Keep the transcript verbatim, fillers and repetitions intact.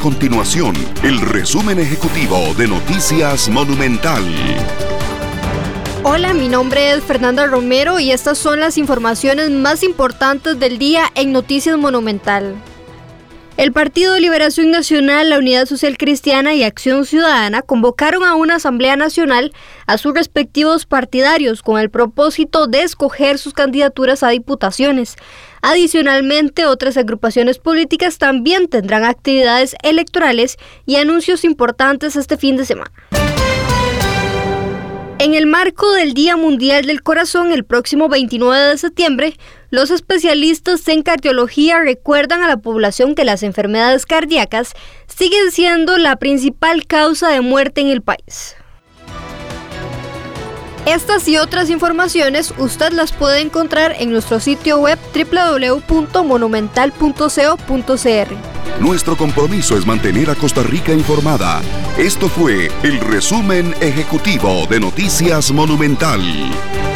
continuación el resumen ejecutivo de Noticias Monumental. Hola, mi nombre es Fernanda Romero y estas son las informaciones más importantes del día en Noticias Monumental. El Partido de Liberación Nacional, la Unidad Social Cristiana y Acción Ciudadana convocaron a una Asamblea Nacional a sus respectivos partidarios con el propósito de escoger sus candidaturas a diputaciones. Adicionalmente, otras agrupaciones políticas también tendrán actividades electorales y anuncios importantes este fin de semana. En el marco del Día Mundial del Corazón, el próximo veintinueve de septiembre, los especialistas en cardiología recuerdan a la población que las enfermedades cardíacas siguen siendo la principal causa de muerte en el país. Estas y otras informaciones usted las puede encontrar en nuestro sitio web doble u doble u doble u punto monumental punto co punto c r. Nuestro compromiso es mantener a Costa Rica informada. Esto fue el resumen ejecutivo de Noticias Monumental.